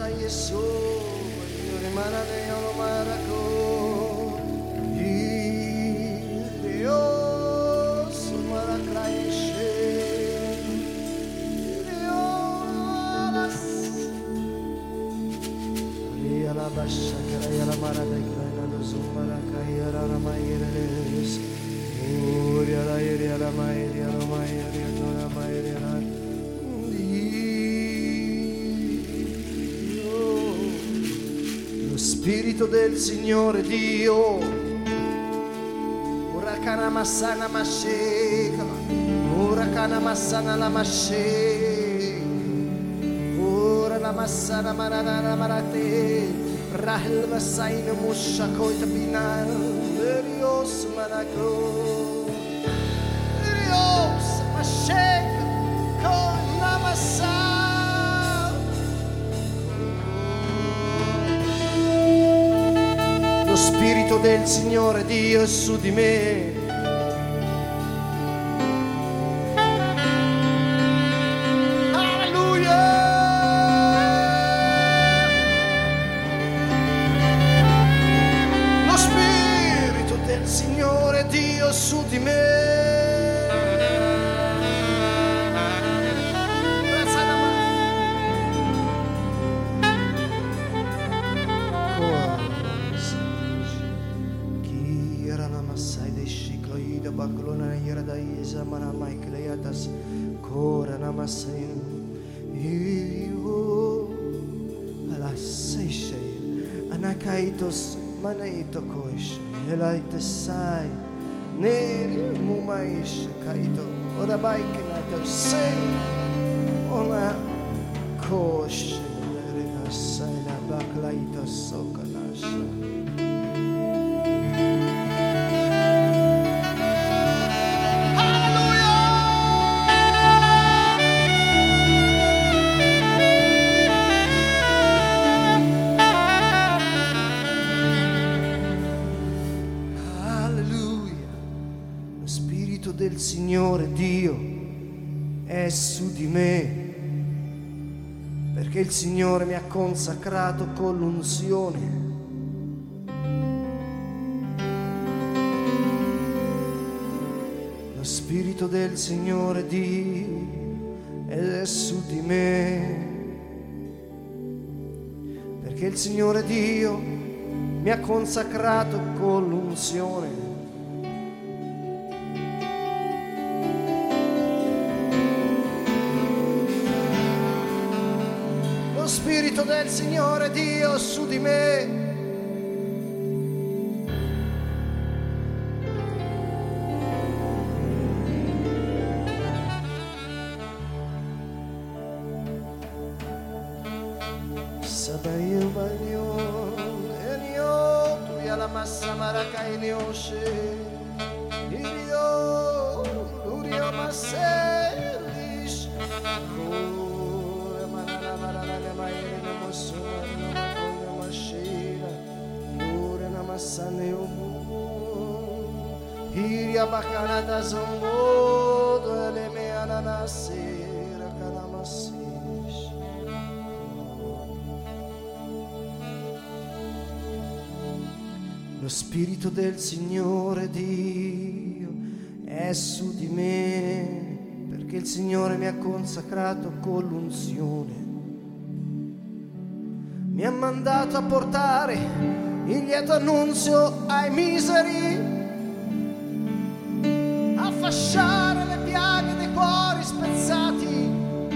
Spirito del Signore Dio, Urakana Masana Masheka, Urakana Masana la Mashe, Urana Masana Marana Marate, Rahel Masaina Mushakoita Binal, Dios Manago, Dios Masheka, con la Masana. Lo Spirito del Signore Dio è su di me. Alleluia! Lo Spirito del Signore Dio è su di me. Baklona yera da isa mana maikleatas kora namasen io ala seishe anakaitos manaito koish elaite sai neri mumaish kaito ora baiknato sei ona kosh lerina sai la baklaito sokanasha. Del Signore Dio è su di me, perché il Signore mi ha consacrato con l'unzione. Lo Spirito del Signore Dio è su di me, perché il Signore Dio mi ha consacrato con l'unzione. Lo Spirito del Signore Dio su di me. Sabayo banyo enyo tu ya la massa maraka enyoshe irio lurio maselish Hiria bacanata zombodo le meana nasera canamasis. Lo Spirito del Signore Dio è su di me, perché il Signore mi ha consacrato con l'unzione. Mi ha mandato a portare il lieto annunzio ai miseri, a fasciare le piaghe dei cuori spezzati,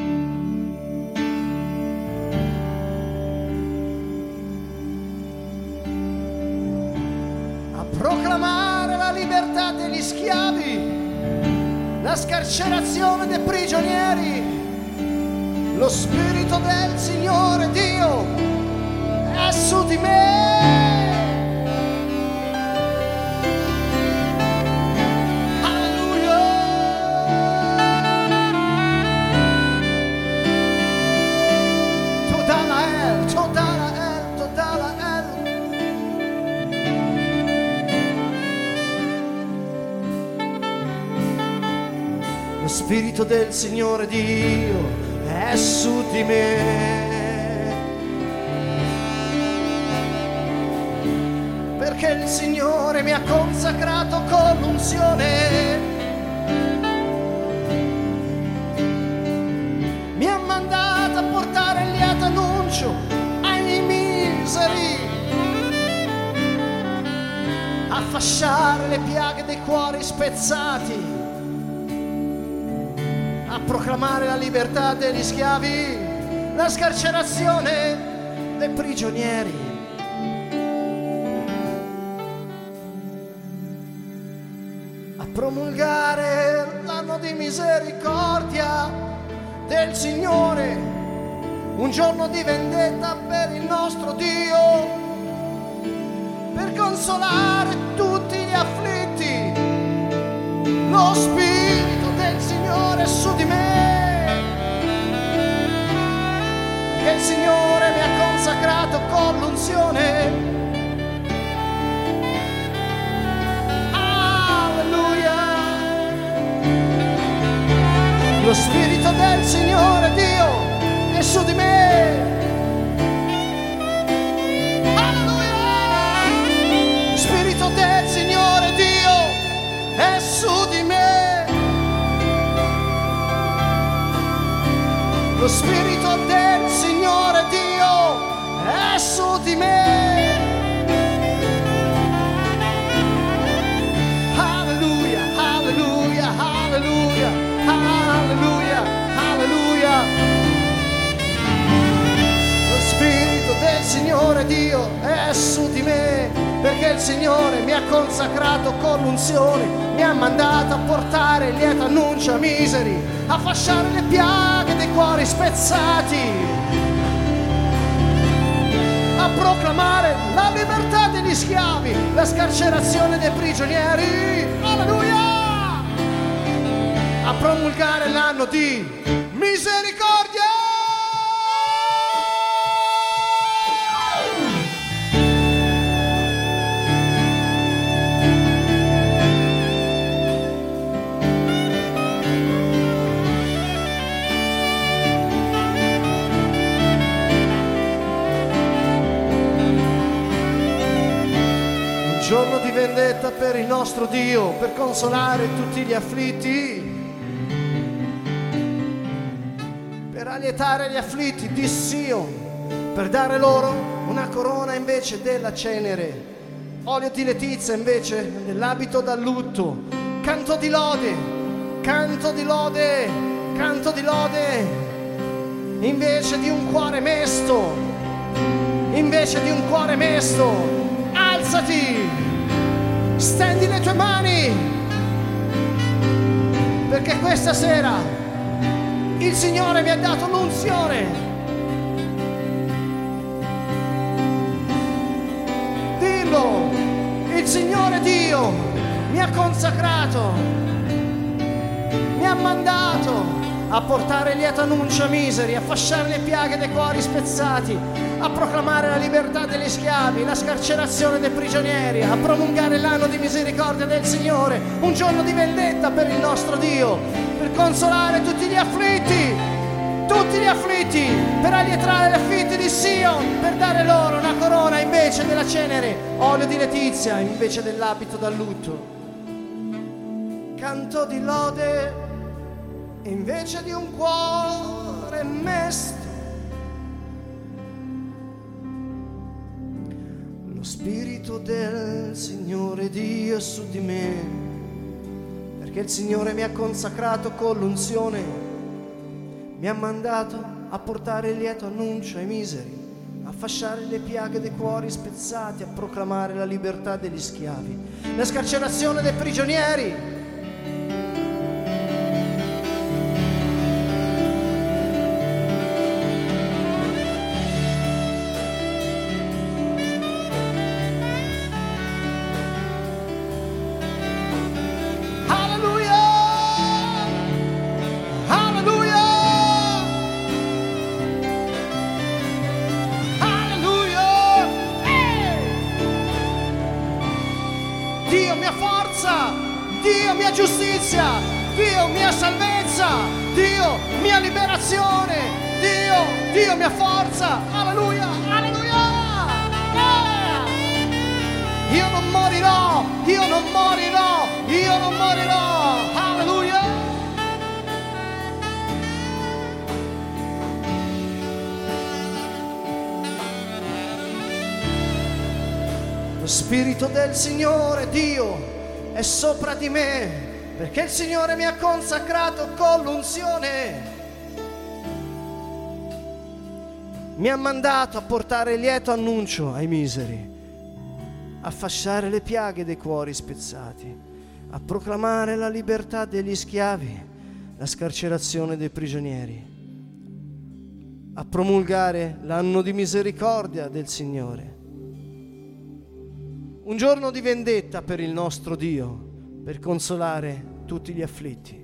a proclamare la libertà degli schiavi, la scarcerazione dei prigionieri. Lo Spirito del Signore Dio è su di me. Alleluia. Totala El, totala El, totala El. Lo Spirito del Signore Dio è su di me. perché il Signore mi ha consacrato con l'unzione. Mi ha mandato a portare il lieto annuncio ai miseri, a fasciare le piaghe dei cuori spezzati, a proclamare la libertà degli schiavi, la scarcerazione dei prigionieri, a promulgare l'anno di misericordia del Signore, un giorno di vendetta per il nostro Dio, per consolare tutti gli afflitti. Lo Spirito del Signore è su di me, che il Signore mi ha consacrato con l'unzione. Alleluia. Lo Spirito del Signore Dio è su di me. Alleluia. Lo Spirito del Signore Dio è su di me. Lo Spirito del Signore Dio è su di me. Alleluia, alleluia, alleluia, alleluia, alleluia. Lo Spirito del Signore Dio è su di me, perché il Signore mi ha consacrato con l'unzione, mi ha mandato a portare il lieto annuncio ai miseri, a fasciare le piaghe dei cuori spezzati, a proclamare la libertà degli schiavi, la scarcerazione dei prigionieri, alleluia, a promulgare l'anno di misericordia. Giorno di vendetta per il nostro Dio, per consolare tutti gli afflitti, per allietare gli afflitti di Sion, per dare loro una corona invece della cenere, olio di letizia invece dell'abito da lutto, canto di lode, canto di lode, canto di lode, invece di un cuore mesto, invece di un cuore mesto. Alzati, stendi le tue mani, perché questa sera il Signore mi ha dato l'unzione. Dillo, il Signore Dio mi ha consacrato, mi ha mandato a portare il lieto annuncio ai miseri, a fasciare le piaghe dei cuori spezzati, a proclamare la libertà degli schiavi, la scarcerazione dei prigionieri, a prolungare l'anno di misericordia del Signore, un giorno di vendetta per il nostro Dio, per consolare tutti gli afflitti, per allietare gli afflitti di Sion, per dare loro una corona invece della cenere, olio di letizia invece dell'abito da lutto, canto di lode invece di un cuore mesto. Lo Spirito del Signore Dio è su di me, perché il Signore mi ha consacrato con l'unzione, mi ha mandato a portare il lieto annuncio ai miseri, a fasciare le piaghe dei cuori spezzati, a proclamare la libertà degli schiavi, la scarcerazione dei prigionieri. Dio mia giustizia, Dio mia salvezza, Dio mia liberazione, Dio mia forza, alleluia, alleluia. io non morirò, io non morirò, io non morirò. Alleluia. Lo Spirito del Signore Dio è sopra di me, perché il Signore mi ha consacrato con l'unzione. Mi ha mandato a portare lieto annuncio ai miseri, a fasciare le piaghe dei cuori spezzati, a proclamare la libertà degli schiavi, la scarcerazione dei prigionieri, a promulgare l'anno di misericordia del Signore. Un giorno di vendetta per il nostro Dio, per consolare tutti gli afflitti,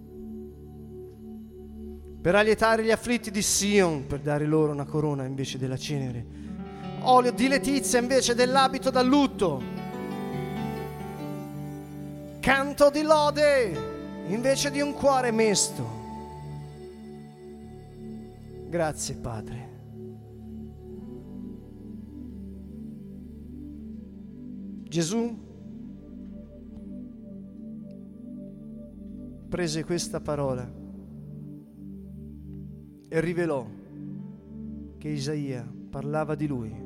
per allietare gli afflitti di Sion, per dare loro una corona invece della cenere, olio di letizia invece dell'abito da lutto, canto di lode invece di un cuore mesto. Grazie, Padre. Gesù prese questa parola e rivelò che Isaia parlava di lui.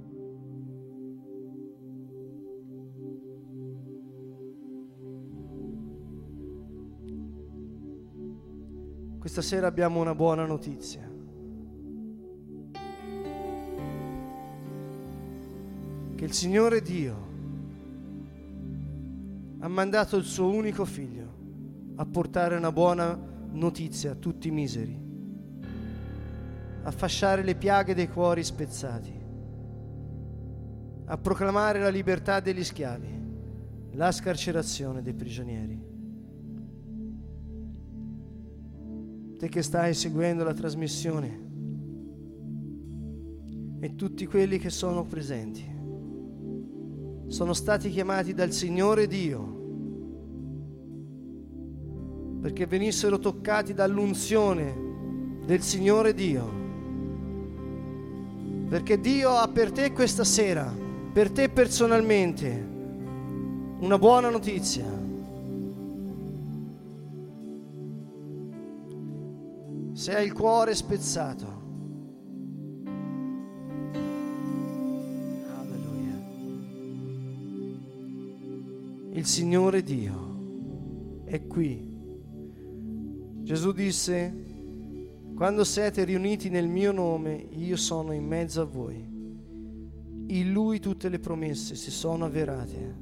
Questa sera abbiamo una buona notizia. Che il Signore Dio ha mandato il suo unico figlio a portare una buona notizia a tutti i miseri, a fasciare le piaghe dei cuori spezzati, a proclamare la libertà degli schiavi, la scarcerazione dei prigionieri. Te che stai seguendo la trasmissione e tutti quelli che sono presenti sono stati chiamati dal Signore Dio perché venissero toccati dall'unzione del Signore Dio. Perché Dio ha per te questa sera, per te personalmente, una buona notizia. Se hai il cuore spezzato, alleluia, il Signore Dio è qui. Gesù disse: quando siete riuniti nel mio nome, io sono in mezzo a voi. In Lui tutte le promesse si sono avverate.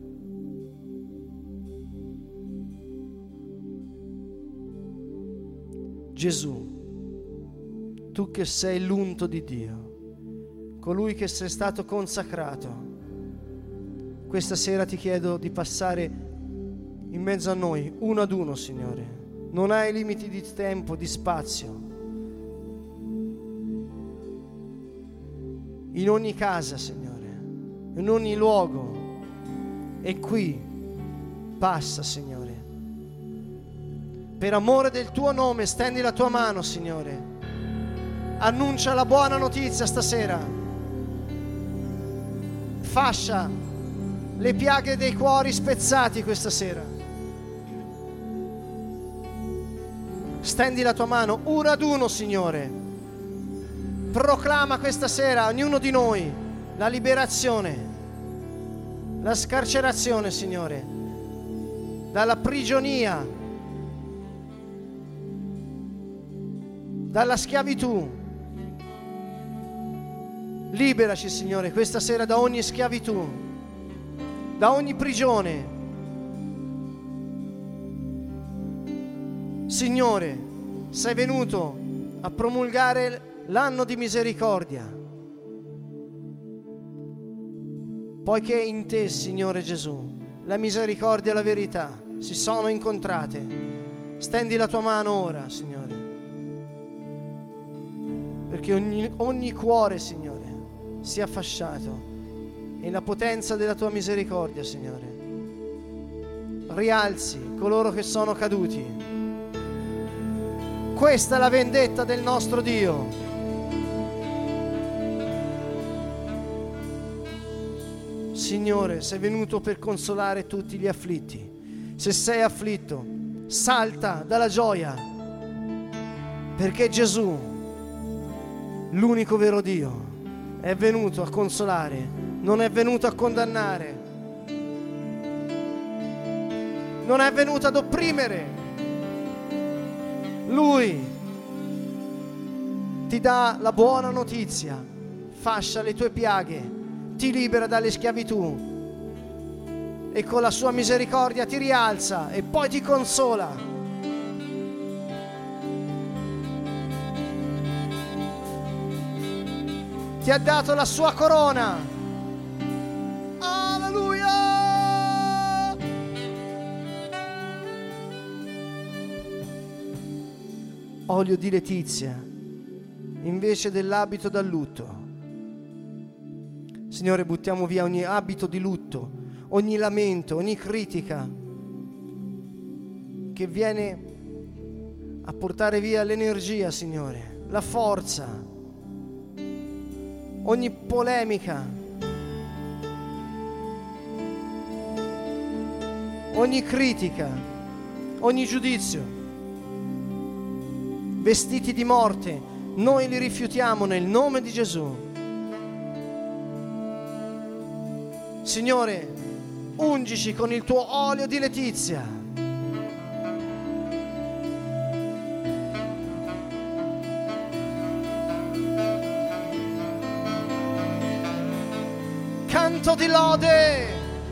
Gesù, tu che sei l'unto di Dio, colui che sei stato consacrato, questa sera ti chiedo di passare in mezzo a noi, uno ad uno, Signore. Non hai limiti di tempo, di spazio. In ogni casa, Signore, in ogni luogo, e qui passa, Signore. Per amore del tuo nome, stendi la tua mano, Signore. Annuncia la buona notizia stasera. Fascia le piaghe dei cuori spezzati questa sera. Stendi la tua mano uno ad uno, Signore. Proclama questa sera, ognuno di noi, la liberazione, la scarcerazione, Signore, dalla prigionia, dalla schiavitù. Liberaci, Signore, questa sera da ogni schiavitù, da ogni prigione. Signore, sei venuto a promulgare l'anno di misericordia, poiché in te, Signore Gesù, la misericordia e la verità si sono incontrate. Stendi la tua mano ora, Signore, perché ogni cuore, Signore, sia fasciato e la potenza della tua misericordia, Signore, rialzi coloro che sono caduti. Questa è la vendetta del nostro Dio. Signore, sei venuto per consolare tutti gli afflitti. Se sei afflitto, salta dalla gioia, perché Gesù, l'unico vero Dio, è venuto a consolare, non è venuto a condannare, non è venuto ad opprimere. Lui ti dà la buona notizia, fascia le tue piaghe, ti libera dalle schiavitù e con la sua misericordia ti rialza e poi ti consola. Ti ha dato la sua corona. Alleluia! Olio di letizia invece dell'abito da lutto. Signore, buttiamo via ogni abito di lutto, ogni lamento, ogni critica che viene a portare via l'energia, Signore, la forza, ogni polemica, ogni critica, ogni giudizio, vestiti di morte, noi li rifiutiamo nel nome di Gesù. Signore, ungici con il tuo olio di letizia. Canto di lode.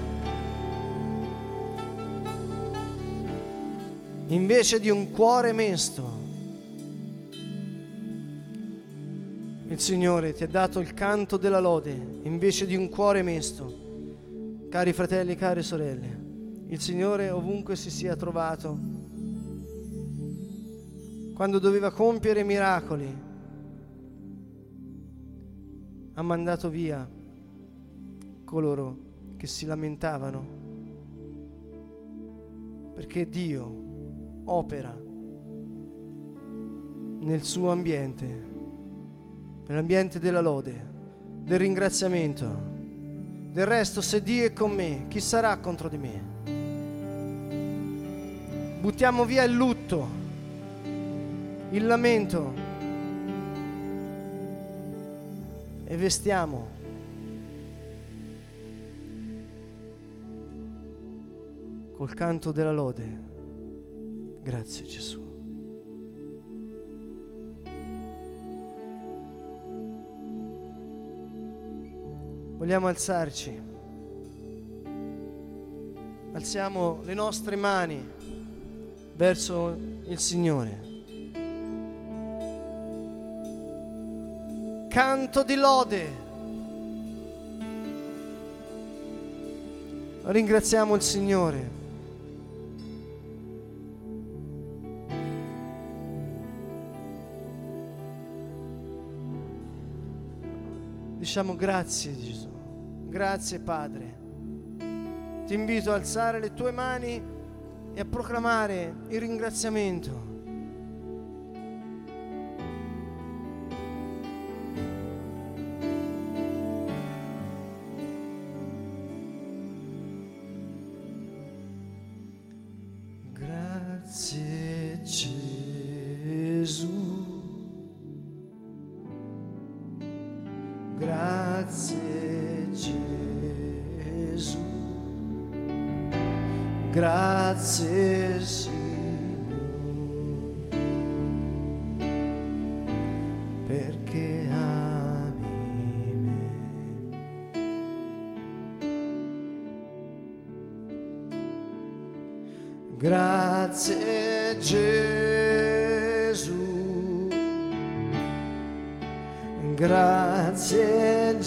Invece di un cuore mesto, il Signore ti ha dato il canto della lode invece di un cuore mesto. Cari fratelli, care sorelle, il Signore ovunque si sia trovato, quando doveva compiere miracoli, ha mandato via coloro che si lamentavano, perché Dio opera nel suo ambiente, nell'ambiente della lode, del ringraziamento. Del resto, se Dio è con me, chi sarà contro di me? Buttiamo via il lutto, il lamento e vestiamo col canto della lode. Grazie Gesù. Vogliamo alzarci. Alziamo le nostre mani verso il Signore. Canto di lode. Ringraziamo il Signore. Diciamo grazie Gesù, grazie Padre. Ti invito a alzare le tue mani e a proclamare il ringraziamento. Grazie Gesù. Grazie Gesù, grazie Signore, perché ami me. Grazie Gesù. Grazie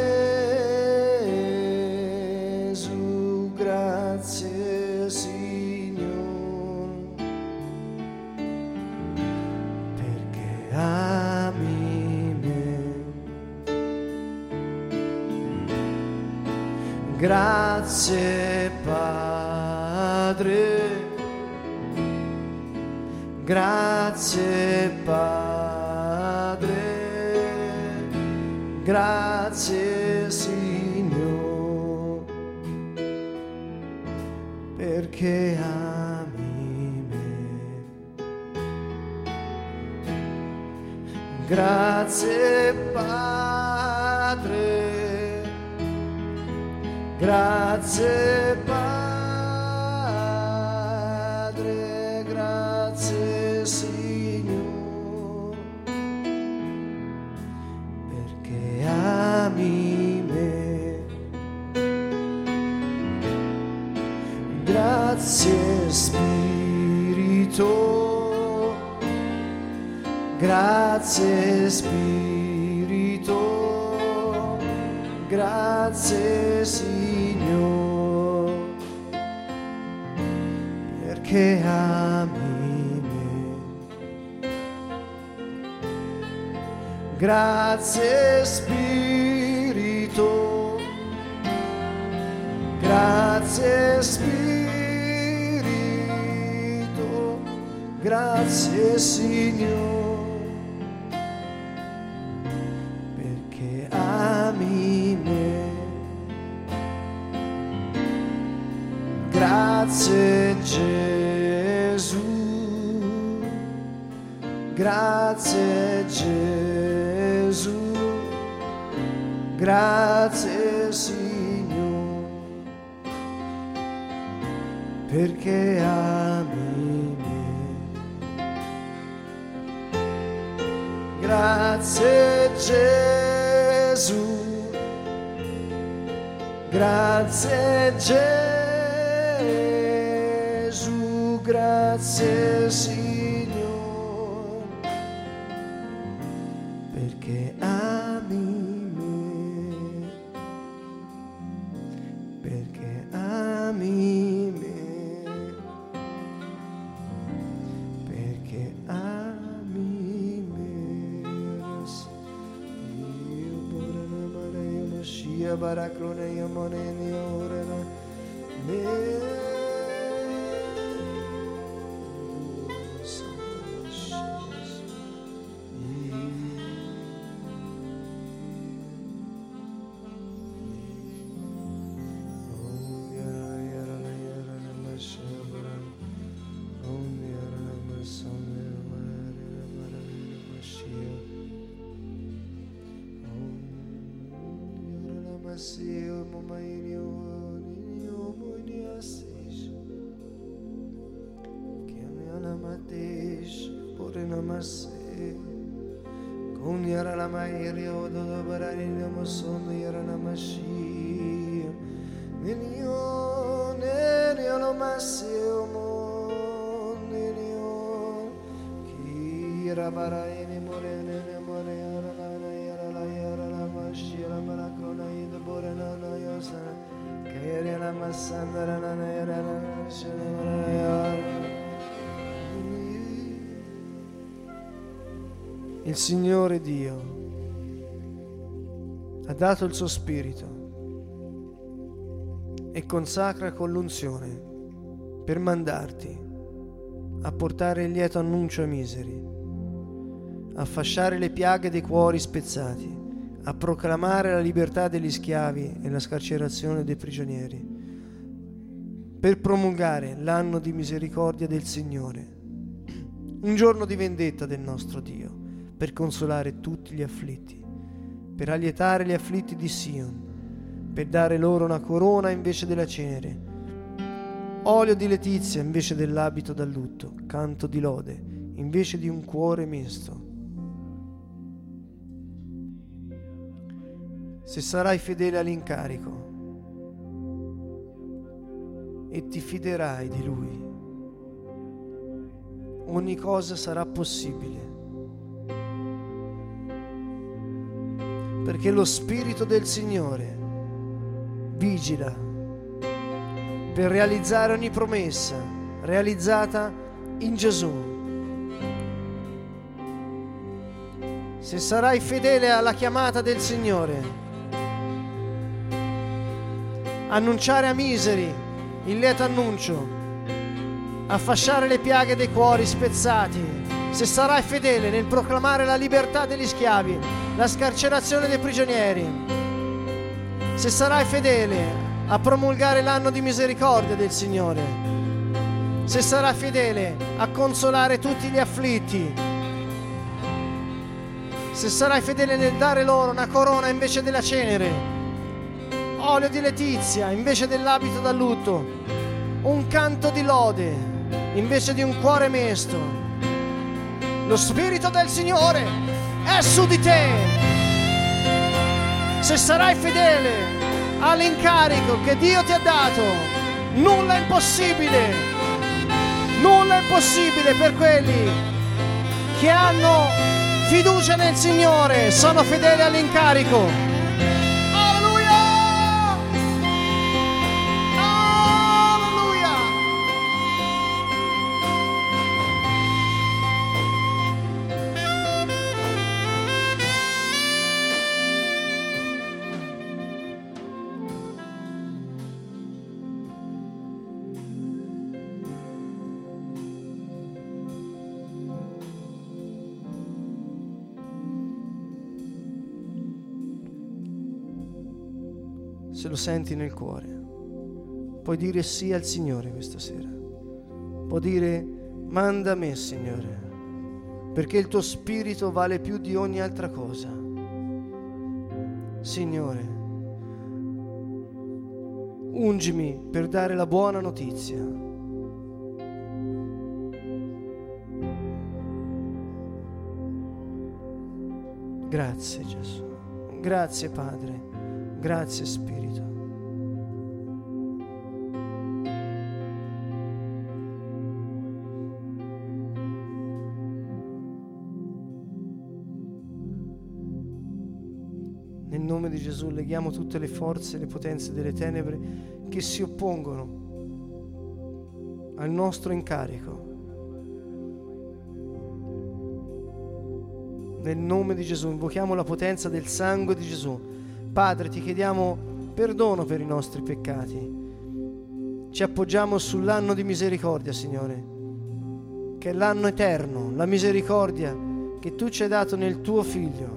Gesù, grazie Signore, perché ami me. Grazie Padre, grazie Padre, grazie Signore, perché ami me. Grazie Padre, grazie Padre, grazie Signore, perché ami me. Grazie Spirito, grazie Spirito, grazie Signore, perché ami me. Grazie Spirito, grazie Spirito, grazie Signore, perché ami me. Grazie Gesù, grazie Gesù, grazie Signore, perché ami me. Grazie Gesù, grazie Gesù, grazie Signore, perché ami me, perché ami me, perché ami me. Io vorrei amare io Mashiach Barakrone io moneni ora me. Il Signore Dio ha dato il suo spirito e consacra con l'unzione per mandarti a portare il lieto annuncio ai miseri, a fasciare le piaghe dei cuori spezzati, a proclamare la libertà degli schiavi e la scarcerazione dei prigionieri, per promulgare l'anno di misericordia del Signore, un giorno di vendetta del nostro Dio, per consolare tutti gli afflitti, per allietare gli afflitti di Sion, per dare loro una corona invece della cenere, olio di letizia invece dell'abito da lutto, canto di lode invece di un cuore mesto. Se sarai fedele all'incarico e ti fiderai di Lui, ogni cosa sarà possibile, perché lo Spirito del Signore vigila per realizzare ogni promessa realizzata in Gesù. Se sarai fedele alla chiamata del Signore, annunciare a miseri il lieto annuncio, a fasciare le piaghe dei cuori spezzati, se sarai fedele nel proclamare la libertà degli schiavi, la scarcerazione dei prigionieri, se sarai fedele a promulgare l'anno di misericordia del Signore, se sarai fedele a consolare tutti gli afflitti, se sarai fedele nel dare loro una corona invece della cenere, olio di letizia invece dell'abito da lutto, un canto di lode invece di un cuore mesto, lo Spirito del Signore è su di te. Se sarai fedele all'incarico che Dio ti ha dato, nulla è impossibile. Nulla è impossibile per quelli che hanno fiducia nel Signore, sono fedeli all'incarico. Alleluia! Alleluia! Se lo senti nel cuore, puoi dire sì al Signore questa sera. Puoi dire: manda me, Signore, perché il tuo Spirito vale più di ogni altra cosa. Signore, ungimi per dare la buona notizia. Grazie Gesù, grazie Padre. Grazie Spirito. Nel nome di Gesù leghiamo tutte le forze e le potenze delle tenebre che si oppongono al nostro incarico. Nel nome di Gesù invochiamo la potenza del sangue di Gesù. Padre, ti chiediamo perdono per i nostri peccati. Ci appoggiamo sull'anno di misericordia, Signore, che è l'anno eterno, la misericordia che tu ci hai dato nel tuo Figlio.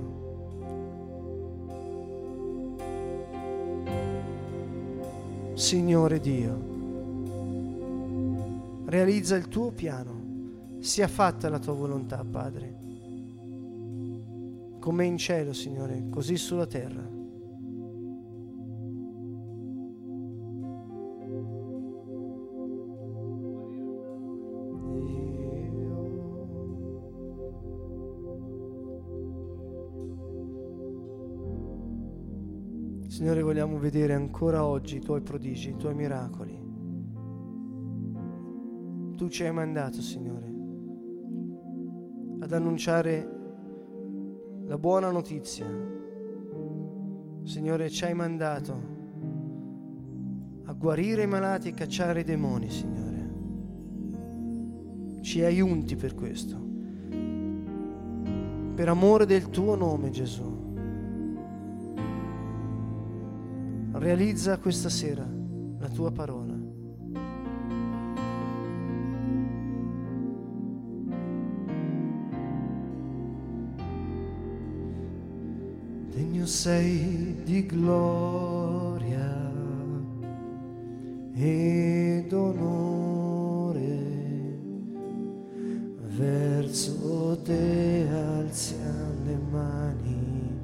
Signore Dio, realizza il tuo piano, sia fatta la tua volontà, Padre, come in cielo, Signore, così sulla terra. Signore, vogliamo vedere ancora oggi i tuoi prodigi, i tuoi miracoli. Tu ci hai mandato, Signore, ad annunciare la buona notizia. Signore, ci hai mandato a guarire i malati e cacciare i demoni, Signore. Ci hai unti per questo, per amore del tuo nome, Gesù. Realizza questa sera la tua parola. Degno sei di gloria ed onore, verso te alziamo le mani,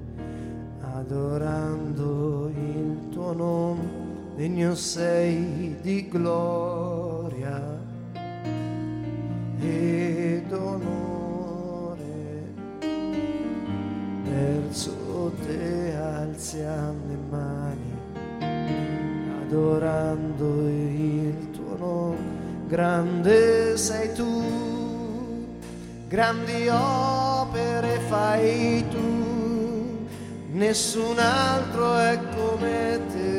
adorando il tuo nome. Degno sei di gloria ed onore, verso te alziamo le mani, adorando il tuo nome. Grande sei tu, grandi opere fai tu, nessun altro è come te,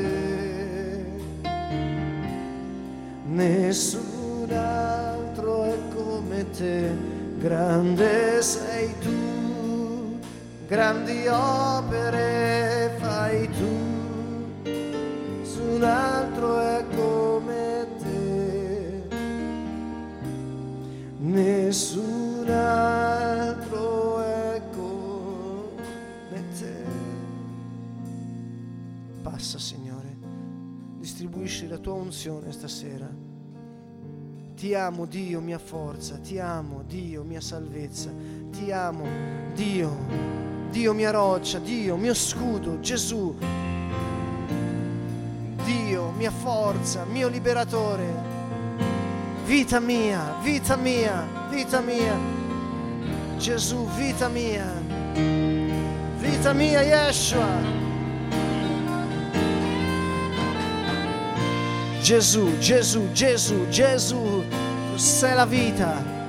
nessun altro è come te. Grande sei tu, grandi opere fai tu, nessun altro è come te, nessun altro è come te. Passa, Signore, distribuisci la tua unzione stasera. Ti amo Dio, mia forza, ti amo Dio, mia salvezza, ti amo Dio, Dio mia roccia, Dio mio scudo, Gesù, Dio mia forza, mio liberatore, vita mia, vita mia, vita mia, Gesù, vita mia, Yeshua. Gesù, Gesù, Gesù, Gesù, tu sei la vita.